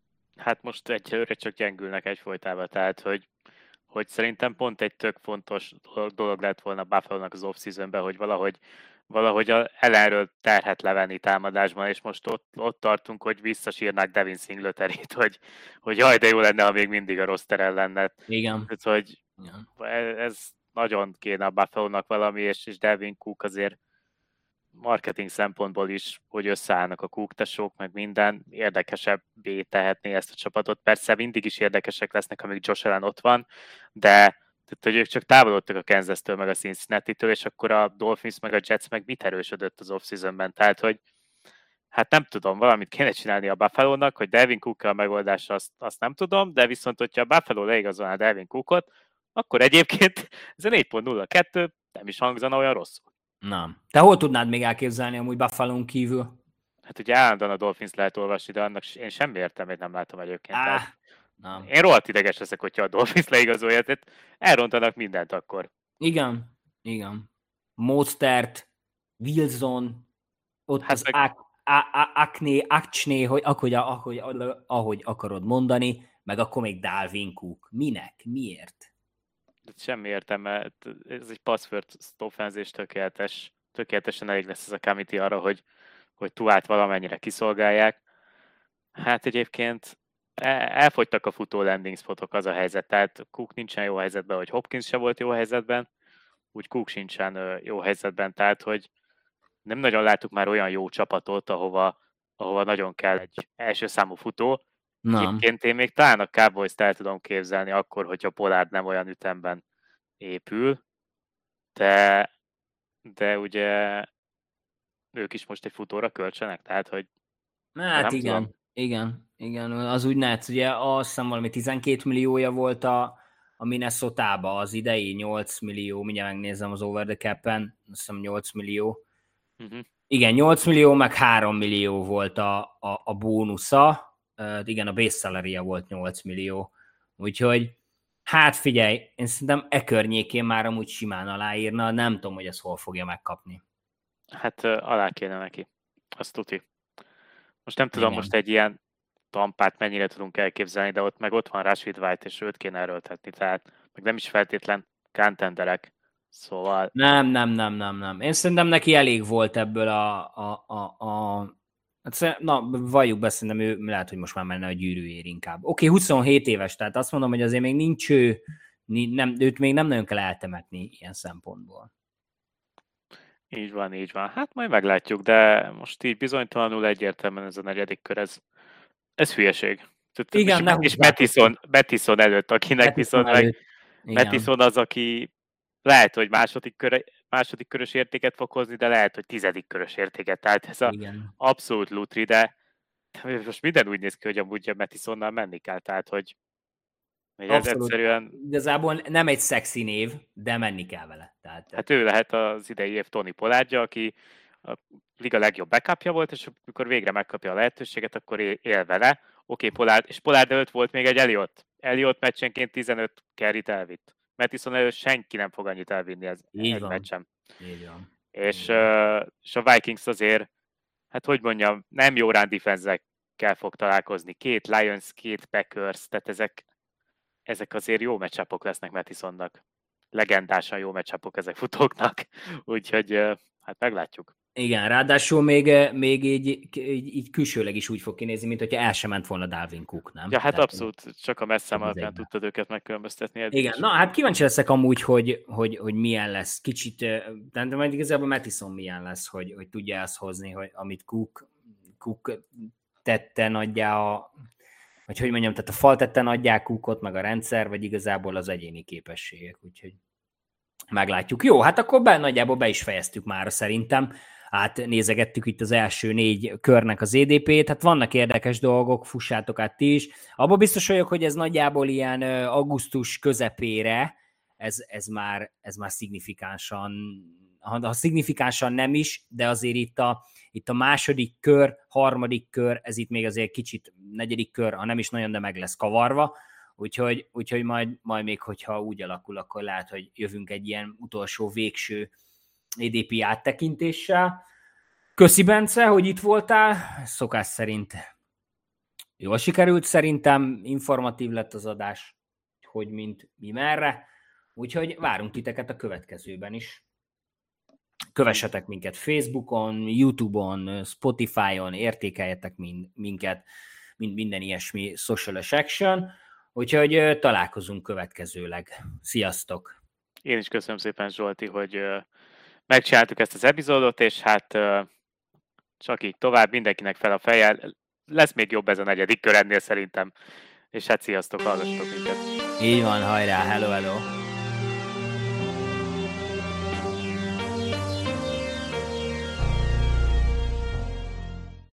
Hát most egyelőre csak gyengülnek egyfolytában, tehát hogy, hogy szerintem pont egy tök fontos dolog lett volna Buffalo-nak az off-seasonben, hogy valahogy, valahogy a ellenről terhet levenni támadásban, és most ott, ott tartunk, hogy visszasírnák Devin Singletary-t, hogy, hogy jaj, de jó lenne, ha még mindig a roster lenne. Igen. Tehát, hogy Igen. ez nagyon kéne a Buffalo-nak valami, és, és Devin Cook azért marketing szempontból is, hogy összeállnak a kúktesók, meg minden, érdekesebbé tehetné ezt a csapatot. Persze mindig is érdekesek lesznek, amíg Josh Allen ott van, de tehát, hogy ők csak távolodtak a Kansas-től, meg a Cincinnati-től, és akkor a Dolphins, meg a Jets meg mit erősödött az off-seasonben. Tehát, hogy hát nem tudom, valamit kéne csinálni a Buffalo-nak, hogy Dalvin Cook a megoldás, azt, azt nem tudom, de viszont, hogyha a Buffalo leigazolná Dalvin Cookot, akkor egyébként ez a négy pont nulla kettő nem is hangzana olyan rosszul. Nem. Te hol tudnád még elképzelni amúgy Buffalo-n kívül? Hát ugye állandóan a Dolphins lehet olvasni, de annak én semmi értelmét nem látom egyébként. Ah, nem. Én rohadt ideges leszek, hogyha a Dolphins leigazolja, tehát elrontanak mindent akkor. Igen, igen. Mostert, Wilson, ott hát az meg... Akné, Akcsné, hogy ahogy, ahogy, ahogy akarod mondani, meg akkor még Dalvin Cook. Minek? Miért? Semmi értelme, ez egy pass first offense és tökéletes, tökéletesen elég lesz ez a committee arra, hogy, hogy Tuát valamennyire kiszolgálják. Hát egyébként elfogytak a futó landing spotok, az a helyzet, tehát Cook nincsen jó helyzetben, hogy Hopkins se volt jó helyzetben, úgy Cook sincsen jó helyzetben, tehát hogy nem nagyon láttuk már olyan jó csapatot, ahova, ahova nagyon kell egy első számú futó. Nem. Egyébként én még talán a Cowboys-t el tudom képzelni akkor, hogyha Pollard nem olyan ütemben épül, de, de ugye ők is most egy futóra költsenek, tehát hogy Hát nem igen, tudom. igen, igen, az úgy Nets, ugye azt hiszem valami tizenkét milliója volt a, a Minnesota-ba az idei, nyolc millió, mindjárt megnézem az over the cap-en, azt hiszem nyolc millió. Uh-huh. Igen, nyolc millió, meg három millió volt a, a, a bónusza, uh, igen, a base salary volt nyolc millió, úgyhogy hát figyelj, én szerintem e környékén már amúgy simán aláírna, nem tudom, hogy ezt hol fogja megkapni. Hát uh, alá kéne neki, azt tuti. Most nem tudom, Igen. most egy ilyen Tampát mennyire tudunk elképzelni, de ott meg ott van Rashid White, és őt kéne erőltetni, tehát meg nem is feltétlen contenderek, szóval... Nem, nem, nem, nem, nem. Én szerintem neki elég volt ebből a... a, a, a hát, na, valljuk be, szerintem ő lehet, hogy most már menne a gyűrűért inkább. Oké, okay, huszonhét éves, tehát azt mondom, hogy azért még nincs ő, nem, őt még nem nagyon kell eltemetni ilyen szempontból. Így van, így van. Hát majd meglátjuk, de most így bizonytalanul egyértelműen ez a negyedik kör, ez, ez hülyeség. Igen, ne És húzzátok. Mattison, Mattison előtt, akinek Mattison viszont meg előtt. Igen. Mattison az, aki lehet, hogy második, köre, második körös értéket fog hozni, de lehet, hogy tizedik körös értéket. Tehát ez a Igen. abszolút lutri, de most minden úgy néz ki, hogy amúgy a Mattisonnal menni kell, tehát hogy ez Abszolút. egyszerűen... Igazából nem egy szexi név, de menni kell vele. Tehát... Hát ő lehet az idei év Tony Pollardja, aki a liga legjobb backupja volt, és amikor végre megkapja a lehetőséget, akkor él, él vele. Oké, okay, Pollard, és Pollard előtt volt még egy Elliot. Elliot meccsenként tizenöt carryt elvitt. Mattison előtt senki nem fog annyit elvinni ez, Így egy van. meccsen. Így van. És, Így van. uh, és a Vikings azért, hát hogy mondjam, nem jó rán defense-ekkel fog találkozni. Két Lions, két Packers, tehát ezek, ezek azért jó matchupok lesznek Mattisonnak. Legendásan jó matchupok ezek futóknak, úgyhogy hát meglátjuk. Igen, ráadásul még, még így, így, így külsőleg is úgy fog kinézni, mint hogyha el sem ment volna Dalvin Cook, nem? Ja, hát Tehát, abszolút, csak a messzem alapján tudtad őket megkülönböztetni eddig igen, is. na hát kíváncsi leszek amúgy, hogy, hogy, hogy milyen lesz. Kicsit, de majd igazából Mattison milyen lesz, hogy, hogy tudja ezt hozni, hogy amit Cook, Cook tette nagyjá a, vagy hogy mondjam, tehát a fal tette nagyjá Cookot, meg a rendszer, vagy igazából az egyéni képességek, úgyhogy meglátjuk. Jó, hát akkor be, nagyjából be is fejeztük már szerintem. Hát nézegettük itt az első négy körnek az é dé pét, hát vannak érdekes dolgok, fussátok át ti is. Abban biztos vagyok, hogy ez nagyjából ilyen augusztus közepére, ez, ez, már, ez már szignifikánsan, ha szignifikánsan nem is, de azért itt a, itt a második kör, harmadik kör, ez itt még azért kicsit negyedik kör, ha nem is nagyon, de meg lesz kavarva. Úgyhogy, úgyhogy majd, majd még, hogyha úgy alakul, akkor lehet, hogy jövünk egy ilyen utolsó, végső é dé pé áttekintéssel. Köszi, Bence, hogy itt voltál. Szokás szerint jól sikerült, szerintem informatív lett az adás, hogy mint mi merre. Úgyhogy várunk titeket a következőben is. Kövessetek minket Facebookon, YouTube-on, Spotify-on, értékeljetek minket, mint minden ilyesmi social action. Úgyhogy találkozunk következőleg. Sziasztok! Én is köszönöm szépen, Zsolti, hogy megcsináltuk ezt az epizódot, és hát csak így tovább, mindenkinek fel a fejjel. Lesz még jobb ez a negyedik kör ennél szerintem. És hát sziasztok, hallgassatok minket! Így van, hajrá, hello, hello!